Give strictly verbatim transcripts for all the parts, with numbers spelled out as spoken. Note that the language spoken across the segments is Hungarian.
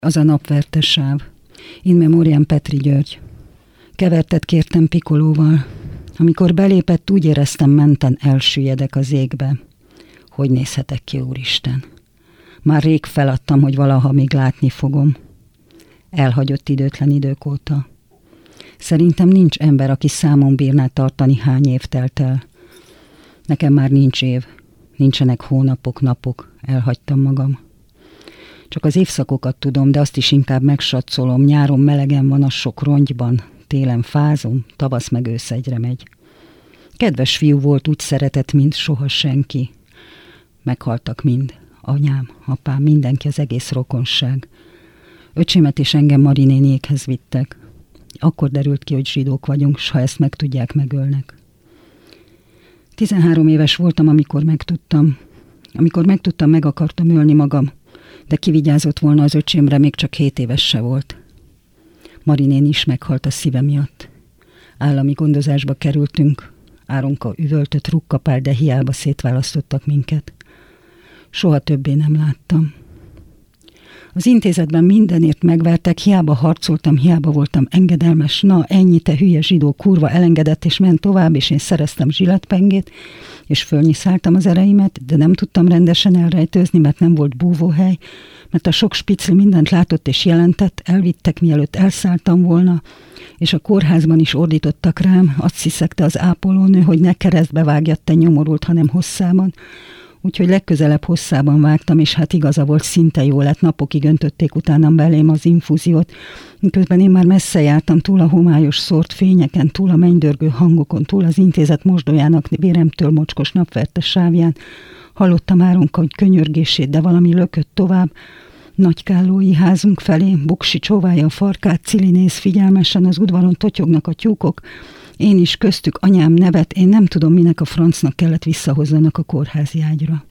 Az a napverte sáv. In memoriam Petri György. Kevertet kértem Pikolóval. Amikor belépett, úgy éreztem, menten elsüllyedek az égbe. Hogy nézhetek ki, Úristen? Már rég feladtam, hogy valaha még látni fogom. Elhagyott időtlen idők óta. Szerintem nincs ember, aki számon bírná tartani, hány év telt el. Nekem már nincs év. Nincsenek hónapok, napok. Elhagytam magam. Csak az évszakokat tudom, de azt is inkább megsatszolom. Nyáron melegen van a sok rongyban, télen fázom, tavasz meg ősz egyre megy. Kedves fiú volt, úgy szeretett, mint soha senki. Meghaltak mind. Anyám, apám, mindenki, az egész rokonság. Öcsémet és engem Mari néniékhez vittek. Akkor derült ki, hogy zsidók vagyunk, s ha ezt megtudják, megölnek. Tizenhárom éves voltam, amikor megtudtam. Amikor megtudtam, meg akartam ölni magam, de kivigyázott volna az öcsémre, még csak hét éves se volt. Mari néni is meghalt a szíve miatt. Állami gondozásba kerültünk. Áronka üvöltött, rukkapál, de hiába szétválasztottak minket. Soha többé nem láttam. Az intézetben mindenért megvertek, hiába harcoltam, hiába voltam engedelmes. Na, ennyi, te hülye zsidó kurva, elengedett, és ment tovább, és én szereztem zsilletpengét, és fölnyiszáltam az ereimet, de nem tudtam rendesen elrejtőzni, mert nem volt búvóhely, mert a sok spicli mindent látott és jelentett, elvittek, mielőtt elszálltam volna, és a kórházban is ordítottak rám, azt sziszegte az ápolónő, hogy ne keresztbe vágjad, te nyomorult, hanem hosszában. Úgyhogy legközelebb hosszában vágtam, és hát igaza volt, szinte jó lett, napokig öntötték utánam belém az infúziót, miközben én már messze jártam, túl a homályos szórt fényeken, túl a mennydörgő hangokon, túl az intézet mosdójának véremtől mocskos napverte sávján. Hallottam Áronka, hogy könyörgését, de valami lökött tovább. Nagykállói házunk felé, Buksi csóválja a farkát, Cili néz figyelmesen, az udvaron totyognak a tyúkok. Én is köztük, anyám nevet, én nem tudom, minek a francnak kellett visszahozzanak a kórházi ágyra.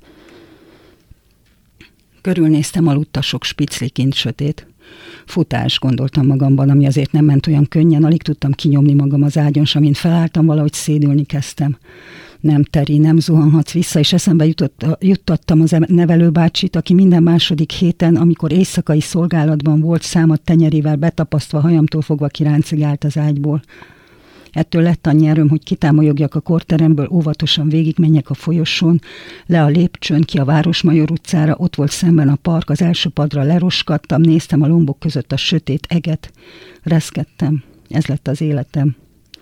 Körülnéztem, aludt a sok spicli, kint sötét. Futás, gondoltam magamban, ami azért nem ment olyan könnyen, alig tudtam kinyomni magam az ágyon, s amint felálltam, valahogy szédülni kezdtem. Nem, Teri, nem zuhanhatsz vissza, és eszembe jutott, juttattam az nevelőbácsit, aki minden második héten, amikor éjszakai szolgálatban volt, számat tenyerével betapasztva, hajamtól fogva kiráncigált az ágyból. Ettől lett annyi erőm, hogy kitámolyogjak a korteremből, óvatosan végigmenjek a folyosón, le a lépcsőn, ki a Városmajor utcára, ott volt szemben a park, az első padra leroskadtam, néztem a lombok között a sötét eget, reszkedtem, ez lett az életem.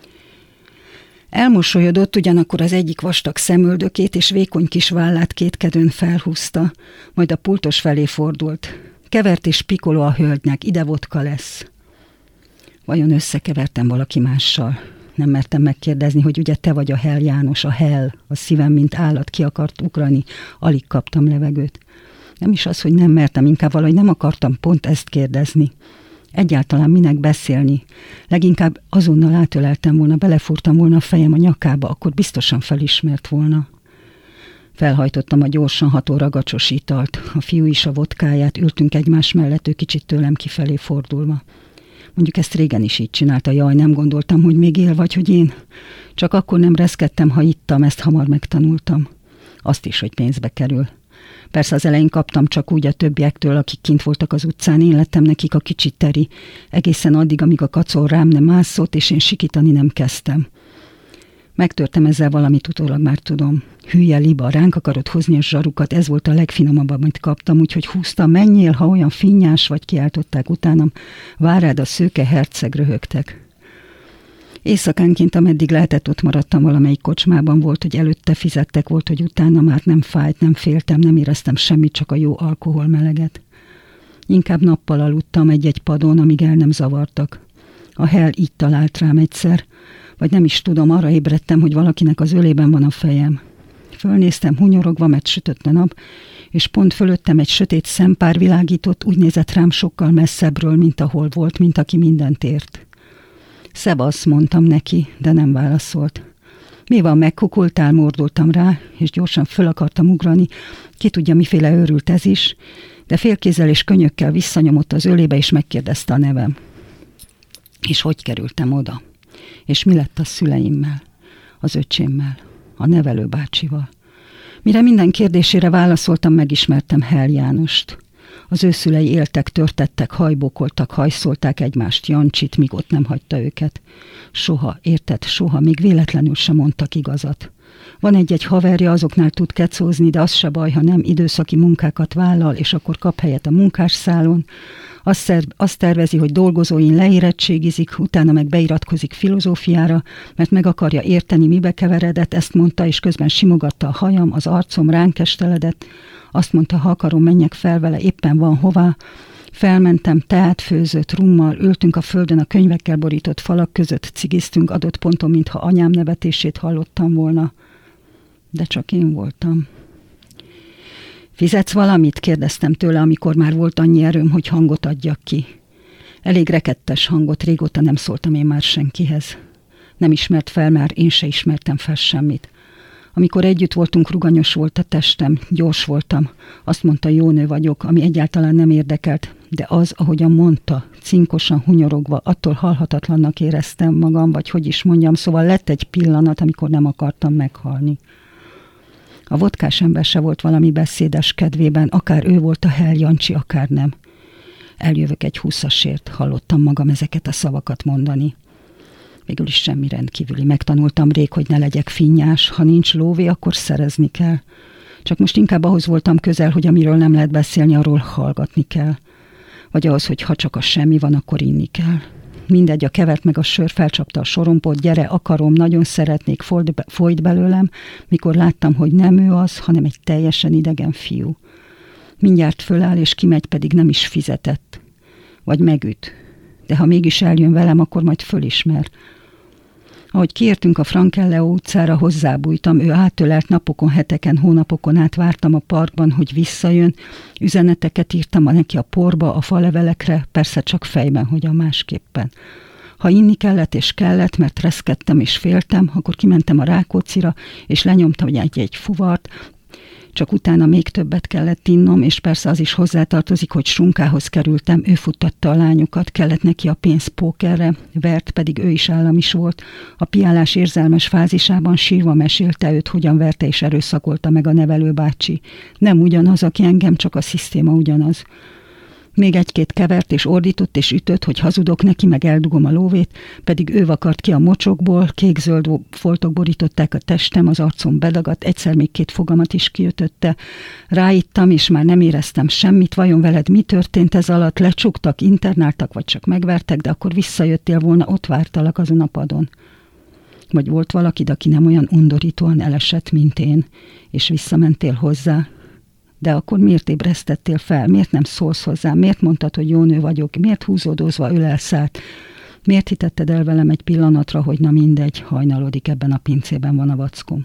Elmosolyodott, ugyanakkor az egyik vastag szemöldökét és vékony kis vállát kétkedőn felhúzta, majd a pultos felé fordult. Kevert és Pikoló a hölgynek, ide vodka lesz. Vajon összekevertem valaki mással? Nem mertem megkérdezni, hogy ugye te vagy a Hell János, a Hell, a szívem, mint állat ki akart ugrani, alig kaptam levegőt. Nem is az, hogy nem mertem, inkább valahogy nem akartam pont ezt kérdezni. Egyáltalán minek beszélni? Leginkább azonnal átöleltem volna, belefúrtam volna a fejem a nyakába, akkor biztosan felismert volna. Felhajtottam a gyorsan ható ragacsos italt, a fiú is a vodkáját, ültünk egymás mellett, ő kicsit tőlem kifelé fordulva. Mondjuk ezt régen is így csinálta, jaj, nem gondoltam, hogy még él vagy, hogy én. Csak akkor nem reszkedtem, ha ittam, ezt hamar megtanultam. Azt is, hogy pénzbe kerül. Persze az elején kaptam csak úgy a többiektől, akik kint voltak az utcán, én lettem nekik a kicsi Teri, egészen addig, amíg a kacol rám nem mászott, és én sikítani nem kezdtem. Megtörtem ezzel valamit, utólag már tudom. Hülye liba, ránk akarod hozni a zsarukat, ez volt a legfinomabb, amit kaptam, úgyhogy húztam, menjél, ha olyan finnyás vagy, kiáltották utánam, vár rád a szőke herceg, röhögtek. Éjszakánként, ameddig lehetett, ott maradtam valamelyik kocsmában, volt, hogy előtte fizettek, volt, hogy utána már nem fájt, nem féltem, nem éreztem semmit, csak a jó alkohol meleget. Inkább nappal aludtam egy-egy padon, amíg el nem zavartak. A Hell így talált rám egyszer, vagy nem is tudom, arra ébredtem, hogy valakinek az ölében van a fejem. Fölnéztem hunyorogva, mert sütött a nap, és pont fölöttem egy sötét szempár világított, úgy nézett rám sokkal messzebbről, mint ahol volt, mint aki mindent ért. Szevasz, mondtam neki, de nem válaszolt. Mi van, megkukultál, mordultam rá, és gyorsan föl akartam ugrani, ki tudja, miféle őrült ez is, de félkézzel és könyökkel visszanyomott az ölébe, és megkérdezte a nevem. És hogy kerültem oda? És mi lett a szüleimmel, az öcsémmel, a nevelőbácsival? Mire minden kérdésére válaszoltam, megismertem Hell Jánost. Az ő szülei éltek, törtettek, hajbókoltak, hajszolták egymást, Jancsit, míg ott nem hagyta őket. Soha, érted, soha, még véletlenül sem mondtak igazat. Van egy-egy haverja, azoknál tud kecózni, de az se baj, ha nem időszaki munkákat vállal, és akkor kap helyet a munkásszálon. Azt, szer- azt tervezi, hogy dolgozóin leérettségizik, utána meg beiratkozik filozófiára, mert meg akarja érteni, mibe keveredett, ezt mondta, és közben simogatta a hajam, az arcom ránk esteledett. Azt mondta, ha akarom, menjek fel vele, éppen van hová. Felmentem, teát főzött, rummal, ültünk a földön a könyvekkel borított falak között, cigiztünk adott ponton, mintha anyám nevetését hallottam volna. De csak én voltam. Fizetsz valamit? Kérdeztem tőle, amikor már volt annyi erőm, hogy hangot adjak ki. Elég rekettes hangot, régóta nem szóltam én már senkihez. Nem ismert fel, már én se ismertem fel semmit. Amikor együtt voltunk, ruganyos volt a testem, gyors voltam. Azt mondta, jó nő vagyok, ami egyáltalán nem érdekelt, de az, ahogyan mondta, cinkosan hunyorogva, attól halhatatlannak éreztem magam, vagy hogy is mondjam, szóval lett egy pillanat, amikor nem akartam meghalni. A vodkás ember se volt valami beszédes kedvében, akár ő volt a Hell Jancsi, akár nem. Eljövök egy húszasért, hallottam magam ezeket a szavakat mondani. Végül is semmi rendkívüli. Megtanultam rég, hogy ne legyek finnyás. Ha nincs lóvé, akkor szerezni kell. Csak most inkább ahhoz voltam közel, hogy amiről nem lehet beszélni, arról hallgatni kell. Vagy ahhoz, hogy ha csak a semmi van, akkor inni kell. Mindegy, a kevert meg a sör felcsapta a sorompot, gyere, akarom, nagyon szeretnék, folyt belőlem, mikor láttam, hogy nem ő az, hanem egy teljesen idegen fiú. Mindjárt föláll, és kimegy, pedig nem is fizetett. Vagy megüt. De ha mégis eljön velem, akkor majd fölismer. Ahogy kiértünk a Frankelleó utcára, hozzábújtam, ő átölelt napokon, heteken, hónapokon át vártam a parkban, hogy visszajön. Üzeneteket írtam neki a porba, a falevelekre, persze csak fejben, hogyan másképpen. Ha inni kellett és kellett, mert reszkedtem és féltem, akkor kimentem a Rákóczira, és lenyomtam egy-egy fuvart, csak utána még többet kellett innom, és persze az is hozzátartozik, hogy Sunkához kerültem, ő futtatta a lányokat, kellett neki a pénz pókerre, vert, pedig ő is állam is volt. A piálás érzelmes fázisában sírva mesélte őt, hogyan verte és erőszakolta meg a nevelőbácsi. Nem ugyanaz, aki engem, csak a szisztéma ugyanaz. Még egy-két kevert és ordított és ütött, hogy hazudok neki, meg eldugom a lóvét, pedig ő vakart ki a mocsokból, kék-zöld foltok borították a testem, az arcom bedagadt, egyszer még két fogamat is kiütötte. Ráittam, és már nem éreztem semmit, vajon veled mi történt ez alatt, lecsuktak, internáltak, vagy csak megvertek, de akkor visszajöttél volna, ott vártalak azon a padon. Vagy volt valakid, aki nem olyan undorítóan elesett, mint én, és visszamentél hozzá. De akkor miért ébresztettél fel? Miért nem szólsz hozzám? Miért mondtad, hogy jó nő vagyok? Miért húzódozva ölelsz át? Miért hitetted el velem egy pillanatra, hogy na mindegy, hajnalodik, ebben a pincében van a vackom?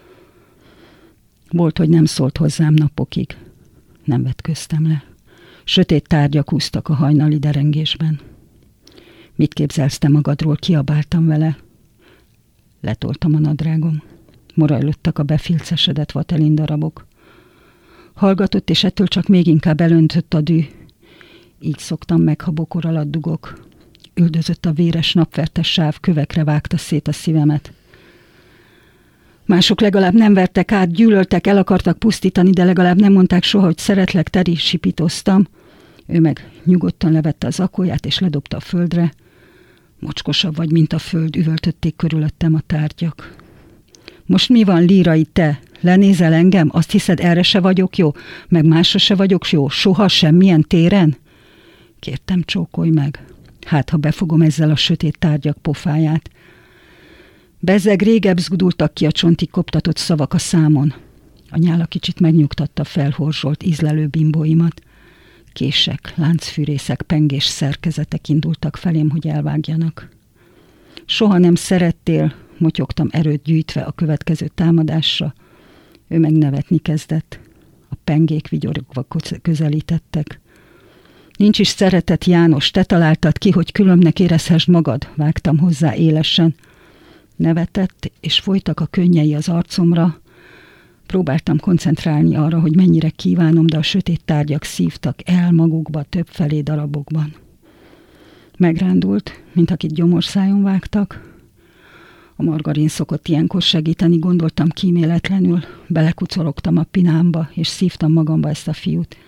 Volt, hogy nem szólt hozzám napokig. Nem vetköztem le. Sötét tárgyak úsztak a hajnali derengésben. Mit képzelsz te magadról? Kiabáltam vele. Letoltam a nadrágom. Morajlottak a befilcesedett vatelin darabok. Hallgatott, és ettől csak még inkább elöntött a dű. Így szoktam meg, ha bokor alatt dugok. Üldözött a véres napvertes sáv, kövekre vágta szét a szívemet. Mások legalább nem vertek át, gyűlöltek, el akartak pusztítani, de legalább nem mondták soha, hogy szeretlek, Teri, sipítoztam. Ő meg nyugodtan levette az zakóját, és ledobta a földre. Mocskosabb vagy, mint a föld, üvöltötték körülöttem a tárgyak. Most mi van, lírai, te? Lenézel engem? Azt hiszed, erre se vagyok jó? Meg másra se vagyok jó? Soha semmilyen téren? Kértem, csókolj meg. Hát, ha befogom ezzel a sötét tárgyak pofáját. Bezzeg, régebb zgudultak ki a csontig koptatott szavak a számon. A nyála kicsit megnyugtatta felhorzsolt, ízlelő bimbóimat. Kések, láncfűrészek, pengés szerkezetek indultak felém, hogy elvágjanak. Soha nem szerettél, motyogtam erőt gyűjtve a következő támadásra. Ő meg nevetni kezdett. A pengék vigyorogva közelítettek. Nincs is szeretet, János, te találtad ki, hogy különbnek érezhessd magad, vágtam hozzá élesen. Nevetett, és folytak a könnyei az arcomra. Próbáltam koncentrálni arra, hogy mennyire kívánom, de a sötét tárgyak szívtak el magukba többfelé darabokban. Megrándult, mint akit gyomorszájon vágtak. A margarin szokott ilyenkor segíteni, gondoltam kíméletlenül, belekucorogtam a pinámba, és szívtam magamba ezt a fiút.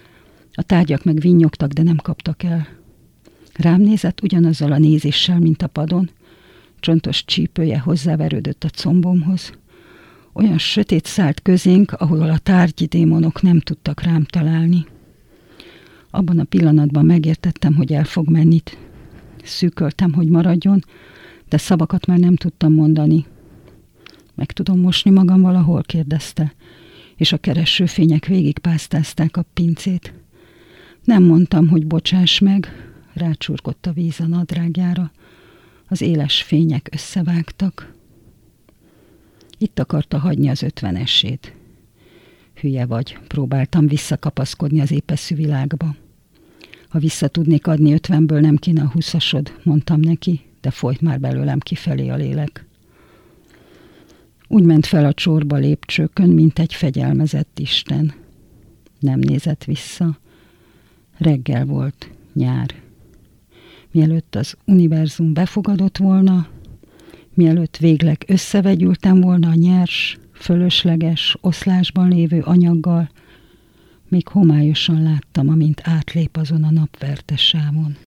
A tárgyak meg vinnyogtak, de nem kaptak el. Rám nézett ugyanazzal a nézéssel, mint a padon. Csontos csípője hozzáverődött a combomhoz. Olyan sötét szállt közénk, ahol a tárgyi démonok nem tudtak rám találni. Abban a pillanatban megértettem, hogy el fog menni. Szűköltem, hogy maradjon, de szavakat már nem tudtam mondani. Meg tudom mosni magam valahol, kérdezte, és a keresőfények végigpásztázták a pincét. Nem mondtam, hogy bocsáss meg, rácsurgott a víz a nadrágjára. Az éles fények összevágtak. Itt akarta hagyni az ötvenesét. Hülye vagy, próbáltam visszakapaszkodni az épeszű világba. Ha vissza tudnék adni ötvenből, nem kéne a huszasod, mondtam neki, de folyt már belőlem kifelé a lélek. Úgy ment fel a csorba lépcsőkön, mint egy fegyelmezett isten. Nem nézett vissza. Reggel volt, nyár. Mielőtt az univerzum befogadott volna, mielőtt végleg összevegyültem volna a nyers, fölösleges, oszlásban lévő anyaggal, még homályosan láttam, amint átlép azon a napverte sávon.